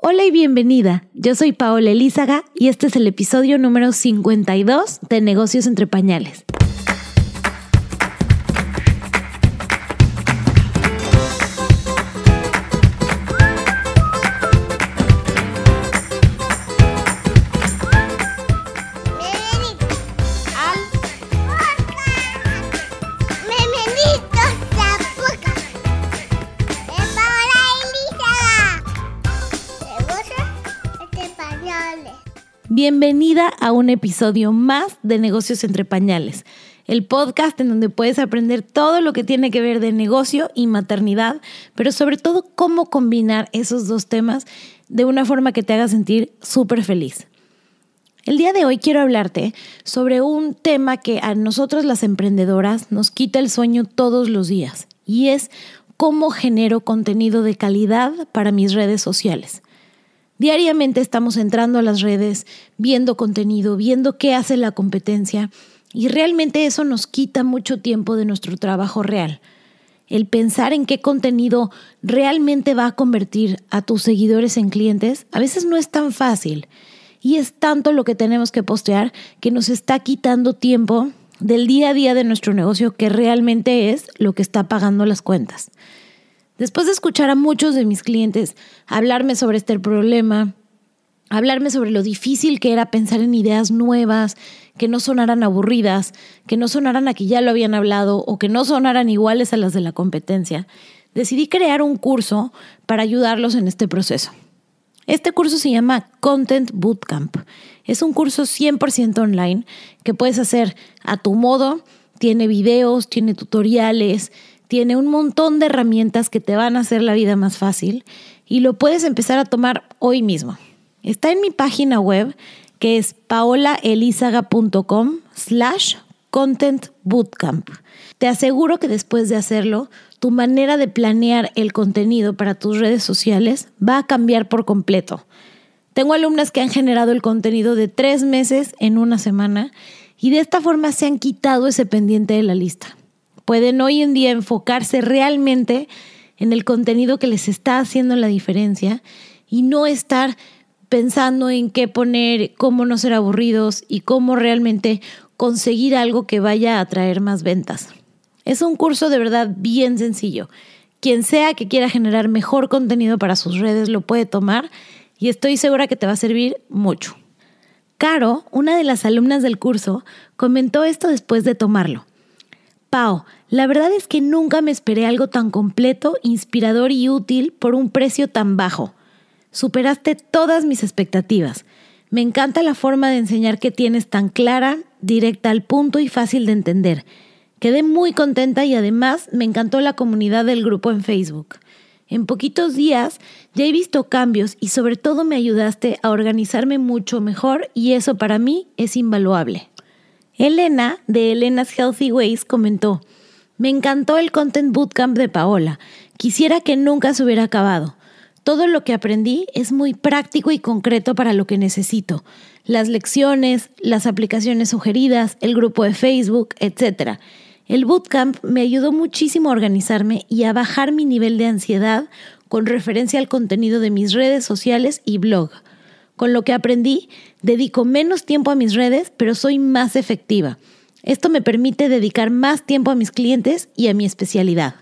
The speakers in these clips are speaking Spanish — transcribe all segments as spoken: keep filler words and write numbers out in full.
Hola y bienvenida, yo soy Paola Elízaga y este es el episodio número cincuenta y dos de Negocios entre Pañales. Bienvenida a un episodio más de Negocios entre Pañales, el podcast en donde puedes aprender todo lo que tiene que ver de negocio y maternidad, pero sobre todo cómo combinar esos dos temas de una forma que te haga sentir súper feliz. El día de hoy quiero hablarte sobre un tema que a nosotros las emprendedoras nos quita el sueño todos los días y es cómo genero contenido de calidad para mis redes sociales. Diariamente estamos entrando a las redes, viendo contenido, viendo qué hace la competencia y realmente eso nos quita mucho tiempo de nuestro trabajo real. El pensar en qué contenido realmente va a convertir a tus seguidores en clientes a veces no es tan fácil y es tanto lo que tenemos que postear que nos está quitando tiempo del día a día de nuestro negocio que realmente es lo que está pagando las cuentas. Después de escuchar a muchos de mis clientes hablarme sobre este problema, hablarme sobre lo difícil que era pensar en ideas nuevas, que no sonaran aburridas, que no sonaran a que ya lo habían hablado o que no sonaran iguales a las de la competencia, decidí crear un curso para ayudarlos en este proceso. Este curso se llama Content Bootcamp. Es un curso cien por ciento online que puedes hacer a tu modo, tiene videos, tiene tutoriales, tiene un montón de herramientas que te van a hacer la vida más fácil y lo puedes empezar a tomar hoy mismo. Está en mi página web que es paolaelizaga.com slash content bootcamp. Te aseguro que después de hacerlo, tu manera de planear el contenido para tus redes sociales va a cambiar por completo. Tengo alumnas que han generado el contenido de tres meses en una semana y de esta forma se han quitado ese pendiente de la lista. Pueden hoy en día enfocarse realmente en el contenido que les está haciendo la diferencia y no estar pensando en qué poner, cómo no ser aburridos y cómo realmente conseguir algo que vaya a traer más ventas. Es un curso de verdad bien sencillo. Quien sea que quiera generar mejor contenido para sus redes lo puede tomar y estoy segura que te va a servir mucho. Caro, una de las alumnas del curso, comentó esto después de tomarlo. Pao, la verdad es que nunca me esperé algo tan completo, inspirador y útil por un precio tan bajo. Superaste todas mis expectativas. Me encanta la forma de enseñar que tienes tan clara, directa al punto y fácil de entender. Quedé muy contenta y además me encantó la comunidad del grupo en Facebook. En poquitos días ya he visto cambios y sobre todo me ayudaste a organizarme mucho mejor y eso para mí es invaluable. Elena, de Elena's Healthy Ways, comentó: me encantó el Content Bootcamp de Paola. Quisiera que nunca se hubiera acabado. Todo lo que aprendí es muy práctico y concreto para lo que necesito. Las lecciones, las aplicaciones sugeridas, el grupo de Facebook, etcétera. El bootcamp me ayudó muchísimo a organizarme y a bajar mi nivel de ansiedad con referencia al contenido de mis redes sociales y blog. Con lo que aprendí, dedico menos tiempo a mis redes, pero soy más efectiva. Esto me permite dedicar más tiempo a mis clientes y a mi especialidad.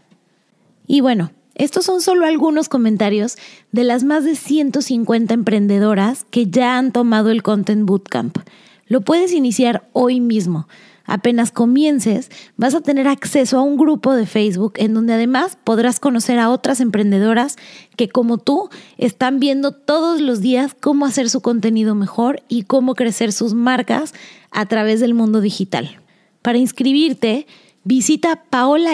Y bueno, estos son solo algunos comentarios de las más de ciento cincuenta emprendedoras que ya han tomado el Content Bootcamp. Lo puedes iniciar hoy mismo. Apenas comiences, vas a tener acceso a un grupo de Facebook en donde además podrás conocer a otras emprendedoras que, como tú, están viendo todos los días cómo hacer su contenido mejor y cómo crecer sus marcas a través del mundo digital. Para inscribirte, visita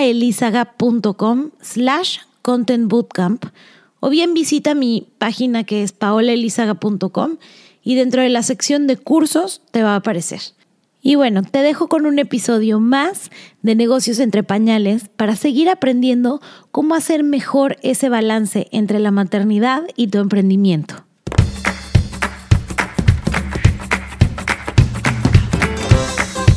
paolaelizaga.com slash content bootcamp o bien visita mi página que es paolaelizaga punto com y dentro de la sección de cursos te va a aparecer. Y bueno, te dejo con un episodio más de Negocios entre Pañales para seguir aprendiendo cómo hacer mejor ese balance entre la maternidad y tu emprendimiento.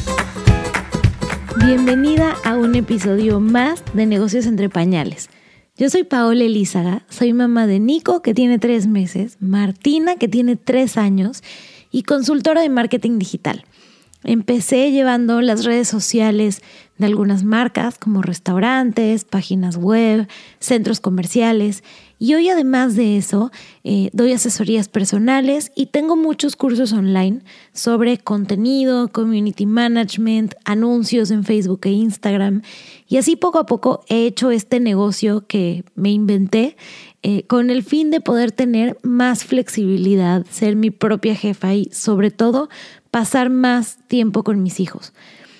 Bienvenida a un episodio más de Negocios entre Pañales. Yo soy Paola Elízaga, soy mamá de Nico, que tiene tres meses, Martina, que tiene tres años, y consultora de marketing digital. Empecé llevando las redes sociales de algunas marcas como restaurantes, páginas web, centros comerciales, y hoy además de eso eh, doy asesorías personales y tengo muchos cursos online sobre contenido, community management, anuncios en Facebook e Instagram, y así poco a poco he hecho este negocio que me inventé eh, con el fin de poder tener más flexibilidad, ser mi propia jefa y sobre todo pasar más tiempo con mis hijos.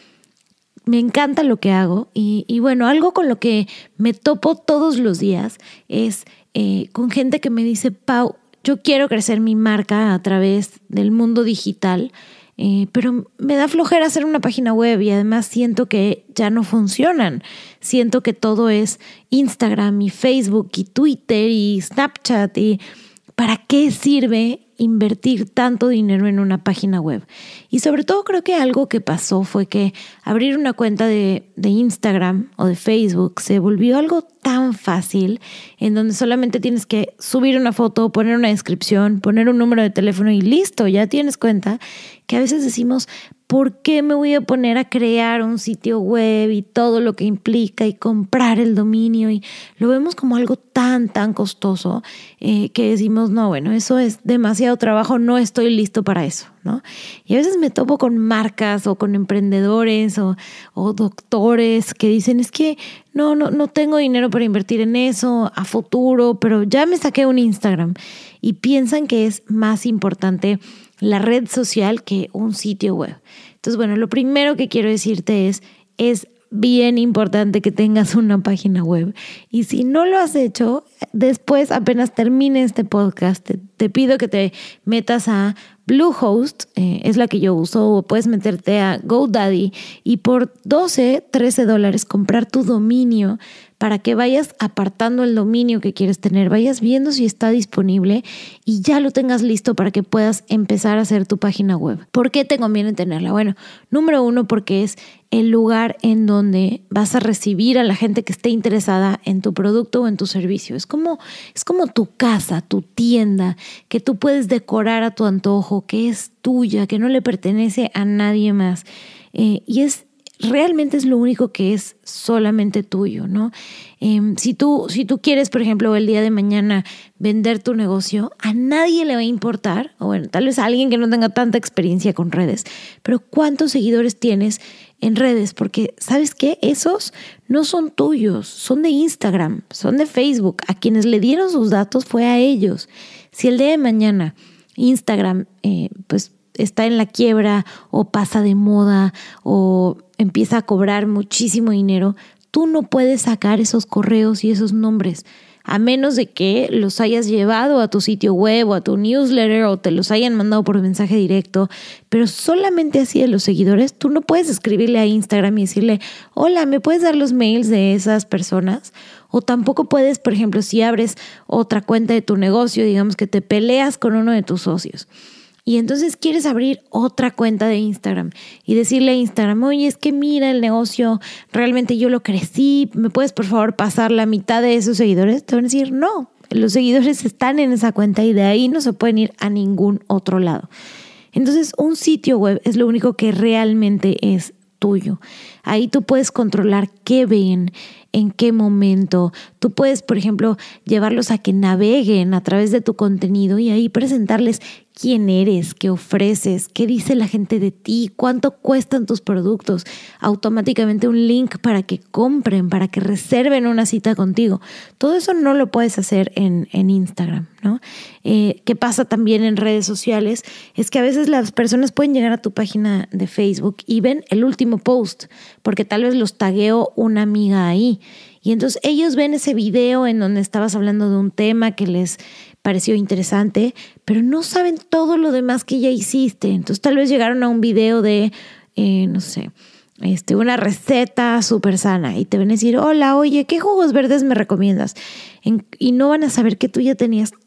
Me encanta lo que hago y, y bueno, algo con lo que me topo todos los días es eh, con gente que me dice, Pau, yo quiero crecer mi marca a través del mundo digital, eh, pero me da flojera hacer una página web y además siento que ya no funcionan. Siento que todo es Instagram y Facebook y Twitter y Snapchat y ¿para qué sirve invertir tanto dinero en una página web? Y sobre todo creo que algo que pasó fue que abrir una cuenta de, de Instagram o de Facebook se volvió algo tan fácil en donde solamente tienes que subir una foto, poner una descripción, poner un número de teléfono y listo, ya tienes cuenta, que a veces decimos, ¿por qué me voy a poner a crear un sitio web y todo lo que implica y comprar el dominio? Y lo vemos como algo tan, tan costoso eh, que decimos, no, bueno, eso es demasiado trabajo, no estoy listo para eso, ¿no? Y a veces me topo con marcas o con emprendedores o, o doctores que dicen, es que no, no, no tengo dinero para invertir en eso a futuro, pero ya me saqué un Instagram y piensan que es más importante la red social que un sitio web. Entonces, bueno, lo primero que quiero decirte es, es bien importante que tengas una página web. Y si no lo has hecho, después apenas termine este podcast, te, te pido que te metas a Bluehost, eh, es la que yo uso, o puedes meterte a GoDaddy y por doce, trece dólares comprar tu dominio para que vayas apartando el dominio que quieres tener, vayas viendo si está disponible y ya lo tengas listo para que puedas empezar a hacer tu página web. ¿Por qué te conviene tenerla? Bueno, número uno, porque es el lugar en donde vas a recibir a la gente que esté interesada en tu producto o en tu servicio. Es como, es como tu casa, tu tienda, que tú puedes decorar a tu antojo, que es tuya, que no le pertenece a nadie más. Eh, y es realmente es lo único que es solamente tuyo, ¿no? Eh, si tú, si tú quieres, por ejemplo, el día de mañana vender tu negocio, a nadie le va a importar, o bueno, tal vez a alguien que no tenga tanta experiencia con redes, pero ¿cuántos seguidores tienes en redes? Porque, ¿sabes qué? Esos no son tuyos, son de Instagram, son de Facebook. A quienes le dieron sus datos fue a ellos. Si el día de mañana Instagram, eh, pues, está en la quiebra o pasa de moda o empieza a cobrar muchísimo dinero, tú no puedes sacar esos correos y esos nombres, a menos de que los hayas llevado a tu sitio web o a tu newsletter o te los hayan mandado por mensaje directo, pero solamente así de los seguidores. Tú no puedes escribirle a Instagram y decirle, hola, ¿me puedes dar los mails de esas personas? O tampoco puedes, por ejemplo, si abres otra cuenta de tu negocio, digamos que te peleas con uno de tus socios y entonces quieres abrir otra cuenta de Instagram y decirle a Instagram, oye, es que mira el negocio, realmente yo lo crecí, ¿me puedes por favor pasar la mitad de esos seguidores? Te van a decir, no, los seguidores están en esa cuenta y de ahí no se pueden ir a ningún otro lado. Entonces, un sitio web es lo único que realmente es tuyo. Ahí tú puedes controlar qué ven, en qué momento. Tú puedes, por ejemplo, llevarlos a que naveguen a través de tu contenido y ahí presentarles quién eres, qué ofreces, qué dice la gente de ti, cuánto cuestan tus productos. Automáticamente un link para que compren, para que reserven una cita contigo. Todo eso no lo puedes hacer en, en Instagram, ¿no? Eh, ¿Qué pasa también en redes sociales? Es que a veces las personas pueden llegar a tu página de Facebook y ven el último post, porque tal vez los tagueó una amiga ahí. Y entonces ellos ven ese video en donde estabas hablando de un tema que les pareció interesante, pero no saben todo lo demás que ya hiciste. Entonces tal vez llegaron a un video de, eh, no sé, este, una receta súper sana y te van a decir, hola, oye, ¿qué jugos verdes me recomiendas? En, y no van a saber que tú ya tenías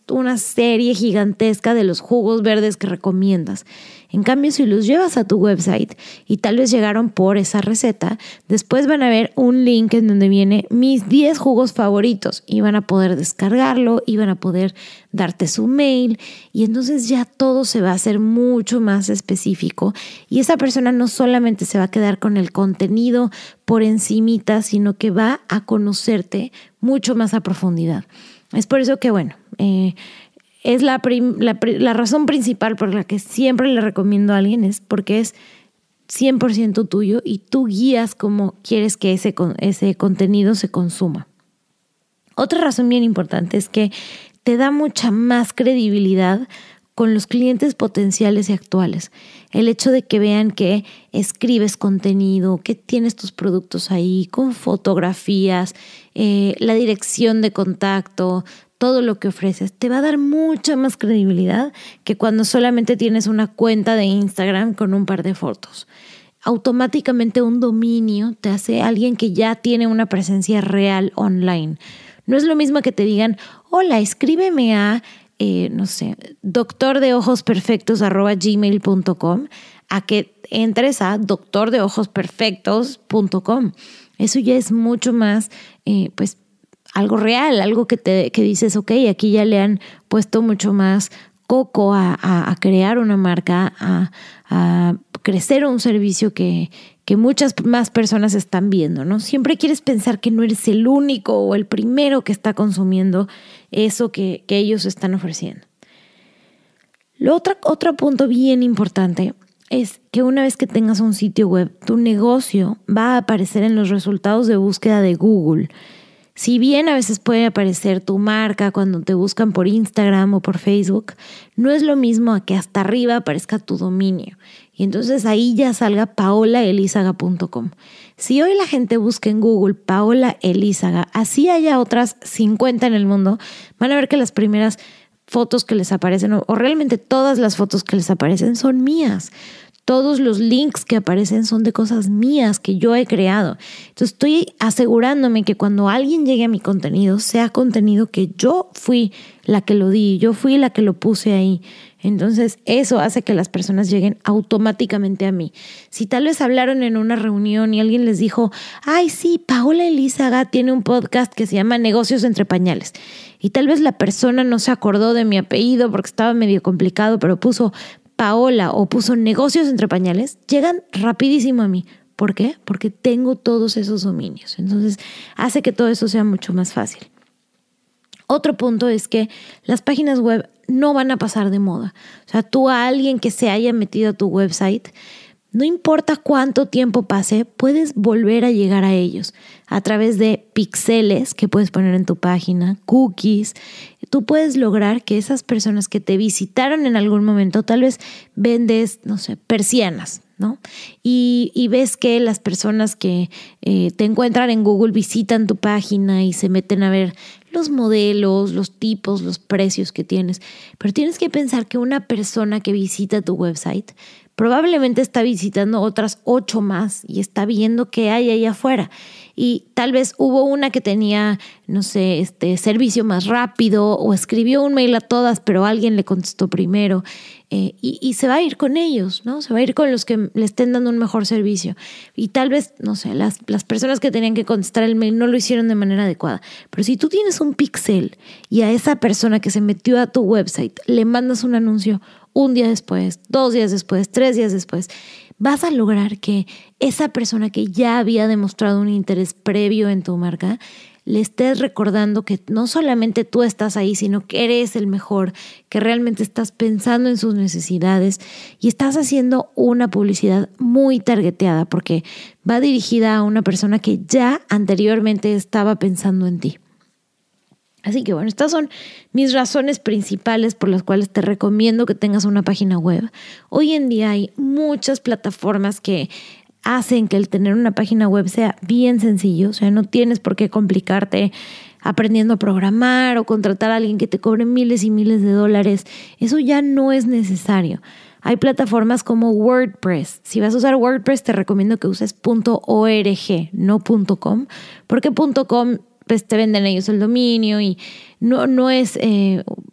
una serie gigantesca de los jugos verdes que recomiendas. En cambio, si los llevas a tu website y tal vez llegaron por esa receta, después van a ver un link en donde viene mis diez jugos favoritos y van a poder descargarlo y van a poder darte su mail y entonces ya todo se va a hacer mucho más específico y esa persona no solamente se va a quedar con el contenido por encimita, sino que va a conocerte mucho más a profundidad. Es por eso que, bueno, eh, es la, prim, la, la razón principal por la que siempre le recomiendo a alguien es porque es cien por ciento tuyo y tú guías cómo quieres que ese, ese contenido se consuma. Otra razón bien importante es que te da mucha más credibilidad con los clientes potenciales y actuales. El hecho de que vean que escribes contenido, que tienes tus productos ahí, con fotografías, eh, la dirección de contacto, todo lo que ofreces, te va a dar mucha más credibilidad que cuando solamente tienes una cuenta de Instagram con un par de fotos. Automáticamente un dominio te hace alguien que ya tiene una presencia real online. No es lo mismo que te digan, hola, escríbeme a, eh, no sé, doctor de ojos perfectos arroba gmail punto com, a que entres a doctor de ojos perfectos punto com. Eso ya es mucho más, eh, pues, algo real, algo que te que dices, ok, aquí ya le han puesto mucho más coco a, a, a crear una marca, a, a crecer un servicio que, que muchas más personas están viendo, ¿no? Siempre quieres pensar que no eres el único o el primero que está consumiendo eso que, que ellos están ofreciendo. Lo otro, otro punto bien importante es que una vez que tengas un sitio web, tu negocio va a aparecer en los resultados de búsqueda de Google. Si bien a veces puede aparecer tu marca cuando te buscan por Instagram o por Facebook, no es lo mismo a que hasta arriba aparezca tu dominio. Y entonces ahí ya salga paola elizaga punto com. Si hoy la gente busca en Google Paola Elizaga, así haya otras cincuenta en el mundo, van a ver que las primeras fotos que les aparecen, o realmente todas las fotos que les aparecen, son mías. Todos los links que aparecen son de cosas mías que yo he creado. Entonces estoy asegurándome que cuando alguien llegue a mi contenido, sea contenido que yo fui la que lo di, yo fui la que lo puse ahí. Entonces eso hace que las personas lleguen automáticamente a mí. Si tal vez hablaron en una reunión y alguien les dijo, ay sí, Paola Elizaga tiene un podcast que se llama Negocios entre Pañales. Y tal vez la persona no se acordó de mi apellido porque estaba medio complicado, pero puso Paola o puso Negocios entre Pañales, llegan rapidísimo a mí. ¿Por qué? Porque tengo todos esos dominios. Entonces hace que todo eso sea mucho más fácil. Otro punto es que las páginas web no van a pasar de moda. O sea, tú a alguien que se haya metido a tu website, no importa cuánto tiempo pase, puedes volver a llegar a ellos a través de píxeles que puedes poner en tu página, cookies. Tú puedes lograr que esas personas que te visitaron en algún momento, tal vez vendes, no sé, persianas, ¿no? Y, y ves que las personas que eh, te encuentran en Google visitan tu página y se meten a ver los modelos, los tipos, los precios que tienes. Pero tienes que pensar que una persona que visita tu website probablemente está visitando otras ocho más y está viendo qué hay ahí afuera. Y tal vez hubo una que tenía, no sé, este servicio más rápido o escribió un mail a todas, pero alguien le contestó primero. Eh, y, y se va a ir con ellos, ¿no? Se va a ir con los que le estén dando un mejor servicio. Y tal vez, no sé, las, las personas que tenían que contestar el mail no lo hicieron de manera adecuada. Pero si tú tienes un pixel y a esa persona que se metió a tu website le mandas un anuncio un día después, dos días después, tres días después, vas a lograr que esa persona que ya había demostrado un interés previo en tu marca le estés recordando que no solamente tú estás ahí, sino que eres el mejor, que realmente estás pensando en sus necesidades y estás haciendo una publicidad muy targeteada porque va dirigida a una persona que ya anteriormente estaba pensando en ti. Así que bueno, estas son mis razones principales por las cuales te recomiendo que tengas una página web. Hoy en día hay muchas plataformas que hacen que el tener una página web sea bien sencillo. O sea, no tienes por qué complicarte aprendiendo a programar o contratar a alguien que te cobre miles y miles de dólares. Eso ya no es necesario. Hay plataformas como WordPress. Si vas a usar WordPress, te recomiendo que uses .org, no .com, porque .com pues te venden ellos el dominio y no, no es, eh,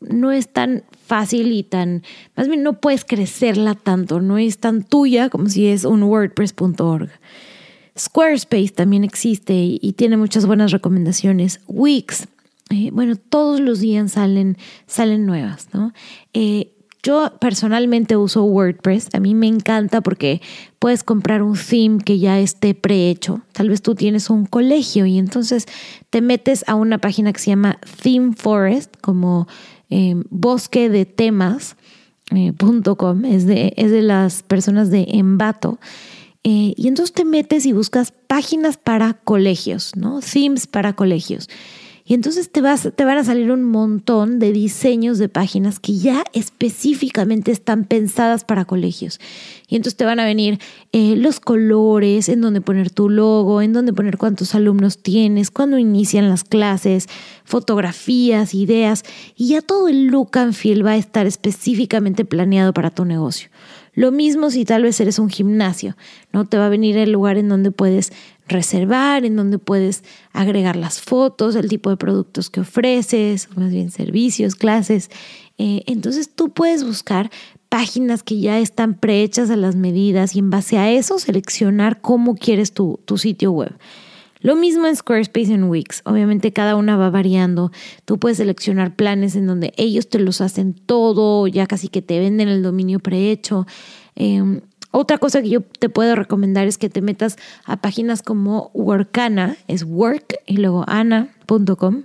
no es tan fácil y tan, más bien no puedes crecerla tanto, no es tan tuya como si es un WordPress punto org. Squarespace también existe y, y tiene muchas buenas recomendaciones. Wix, eh, bueno, todos los días salen, salen nuevas, ¿no? Eh, Yo personalmente uso WordPress. A mí me encanta porque puedes comprar un theme que ya esté prehecho. Tal vez tú tienes un colegio y entonces te metes a una página que se llama Theme Forest, como eh, bosque de temas eh, punto com. Es de, es de las personas de Envato. Eh, y entonces te metes y buscas páginas para colegios, ¿no? Themes para colegios. Y entonces te, vas, te van a salir un montón de diseños de páginas que ya específicamente están pensadas para colegios. Y entonces te van a venir eh, los colores, en dónde poner tu logo, en dónde poner cuántos alumnos tienes, cuándo inician las clases, fotografías, ideas. Y ya todo el look and feel va a estar específicamente planeado para tu negocio. Lo mismo si tal vez eres un gimnasio, ¿no? Te va a venir el lugar en donde puedes reservar, en donde puedes agregar las fotos, el tipo de productos que ofreces, o más bien servicios, clases. Eh, entonces tú puedes buscar páginas que ya están prehechas a las medidas y en base a eso seleccionar cómo quieres tu, tu sitio web. Lo mismo en Squarespace y en Wix. Obviamente cada una va variando. Tú puedes seleccionar planes en donde ellos te los hacen todo, ya casi que te venden el dominio prehecho. Eh, otra cosa que yo te puedo recomendar es que te metas a páginas como Workana, es work y luego ana punto com.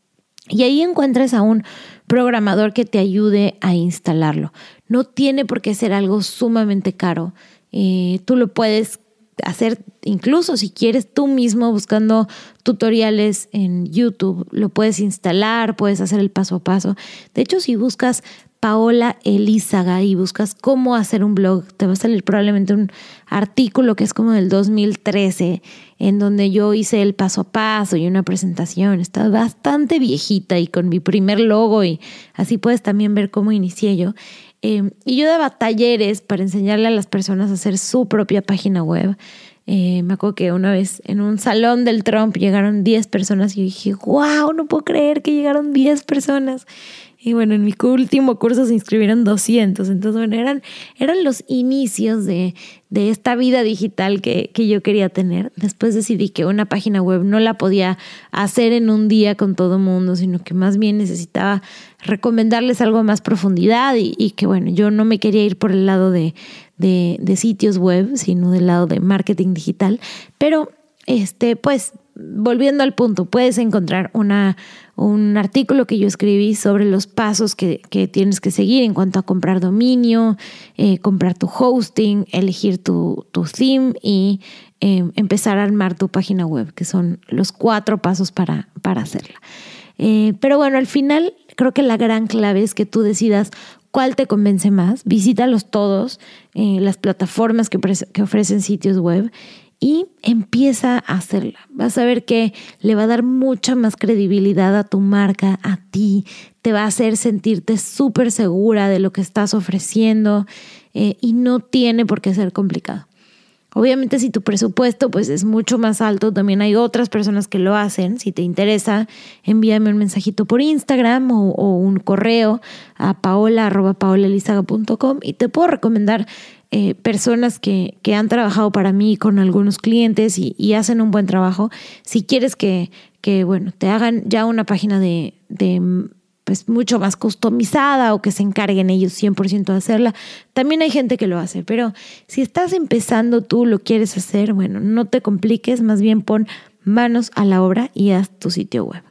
Y ahí encuentras a un programador que te ayude a instalarlo. No tiene por qué ser algo sumamente caro. Eh, tú lo puedes hacer incluso si quieres tú mismo buscando tutoriales en YouTube. Lo puedes instalar, puedes hacer el paso a paso. De hecho, si buscas Paola Elízaga y buscas cómo hacer un blog, te va a salir probablemente un artículo que es como del dos mil trece, en donde yo hice el paso a paso y una presentación. Está bastante viejita y con mi primer logo, y así puedes también ver cómo inicié yo. Eh, y yo daba talleres para enseñarle a las personas a hacer su propia página web. Eh, me acuerdo que una vez en un salón del Trump llegaron diez personas y yo dije, wow, no puedo creer que llegaron diez personas. Y bueno, en mi último curso se inscribieron doscientos. Entonces, bueno, eran, eran los inicios de, de esta vida digital que, que yo quería tener. Después decidí que una página web no la podía hacer en un día con todo el mundo, sino que más bien necesitaba recomendarles algo a más profundidad y, y que, bueno, yo no me quería ir por el lado de, de, de sitios web, sino del lado de marketing digital. Pero, este, pues, volviendo al punto, puedes encontrar una, un artículo que yo escribí sobre los pasos que, que tienes que seguir en cuanto a comprar dominio, eh, comprar tu hosting, elegir tu, tu theme y eh, empezar a armar tu página web, que son los cuatro pasos para, para hacerla. Eh, pero bueno, al final creo que la gran clave es que tú decidas cuál te convence más. Visítalos todos, eh, las plataformas que, que ofrecen sitios web, y empieza a hacerla. Vas a ver que le va a dar mucha más credibilidad a tu marca, a ti. Te va a hacer sentirte súper segura de lo que estás ofreciendo eh, y no tiene por qué ser complicado. Obviamente si tu presupuesto pues es mucho más alto, también hay otras personas que lo hacen. Si te interesa, envíame un mensajito por Instagram o, o un correo a paola arroba paola elizaga punto com y te puedo recomendar Eh, personas que, que han trabajado para mí con algunos clientes y, y hacen un buen trabajo. Si quieres que, que bueno, te hagan ya una página de, de pues mucho más customizada o que se encarguen ellos cien por ciento de hacerla, también hay gente que lo hace. Pero si estás empezando, tú lo quieres hacer, bueno, no te compliques, más bien pon manos a la obra y haz tu sitio web.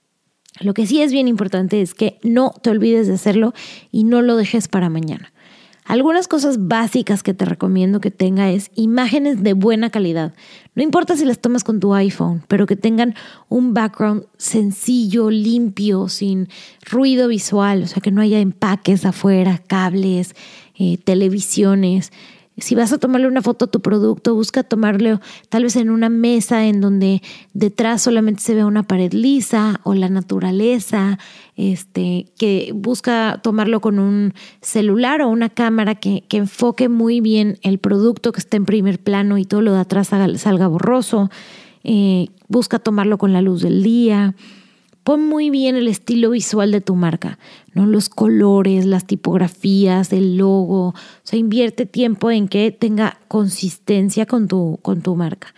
Lo que sí es bien importante es que no te olvides de hacerlo y no lo dejes para mañana. Algunas cosas básicas que te recomiendo que tenga es imágenes de buena calidad. No importa si las tomas con tu iPhone, pero que tengan un background sencillo, limpio, sin ruido visual, o sea, que no haya empaques afuera, cables, eh, televisiones. Si vas a tomarle una foto a tu producto, busca tomarle tal vez en una mesa en donde detrás solamente se vea una pared lisa o la naturaleza, este, que busca tomarlo con un celular o una cámara que, que enfoque muy bien el producto, que esté en primer plano y todo lo de atrás salga, salga borroso. Eh, busca tomarlo con la luz del día. pon muy bien el estilo visual de tu marca, ¿no? Los colores, las tipografías, el logo. O sea, invierte tiempo en que tenga consistencia con tu, con tu marca.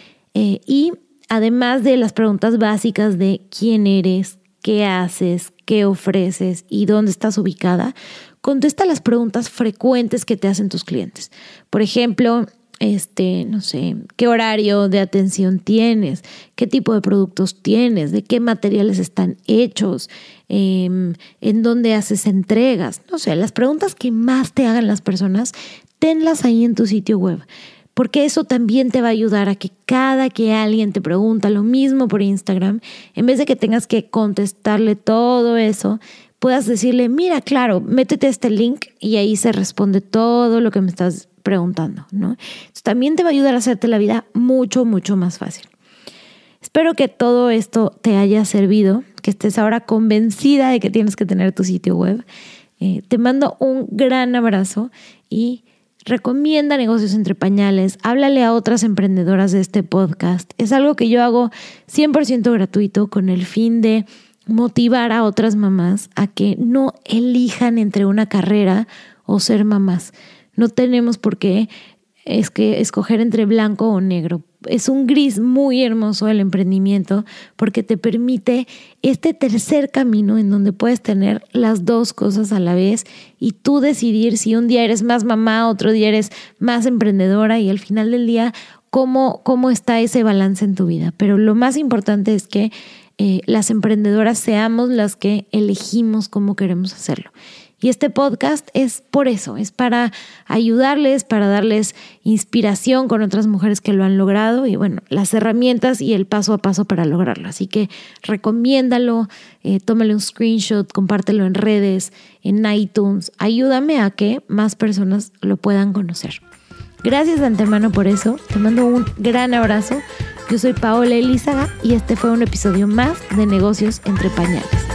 Eh, y además de las preguntas básicas de quién eres, qué haces, qué ofreces y dónde estás ubicada, contesta las preguntas frecuentes que te hacen tus clientes. Por ejemplo, este, no sé, ¿qué horario de atención tienes? ¿Qué tipo de productos tienes? ¿De qué materiales están hechos? Eh, ¿En dónde haces entregas? No sé, las preguntas que más te hagan las personas, tenlas ahí en tu sitio web. Porque eso también te va a ayudar a que cada que alguien te pregunta lo mismo por Instagram, en vez de que tengas que contestarle todo eso, puedas decirle, mira, claro, métete a este link y ahí se responde todo lo que me estás preguntando, ¿no? Entonces, también te va a ayudar a hacerte la vida mucho, mucho más fácil. Espero que todo esto te haya servido, que estés ahora convencida de que tienes que tener tu sitio web. Eh, te mando un gran abrazo y recomienda Negocios Entre Pañales, háblale a otras emprendedoras de este podcast. Es algo que yo hago cien por ciento gratuito con el fin de motivar a otras mamás a que no elijan entre una carrera o ser mamás. No tenemos por qué es que escoger entre blanco o negro. Es un gris muy hermoso el emprendimiento porque te permite este tercer camino en donde puedes tener las dos cosas a la vez y tú decidir si un día eres más mamá, otro día eres más emprendedora y al final del día cómo, cómo está ese balance en tu vida. Pero lo más importante es que eh, las emprendedoras seamos las que elegimos cómo queremos hacerlo. Y este podcast es por eso, es para ayudarles, para darles inspiración con otras mujeres que lo han logrado y bueno, las herramientas y el paso a paso para lograrlo. Así que recomiéndalo, eh, tómale un screenshot, compártelo en redes, en iTunes. Ayúdame a que más personas lo puedan conocer. Gracias de antemano por eso. Te mando un gran abrazo. Yo soy Paola Elízaga y este fue un episodio más de Negocios Entre Pañales.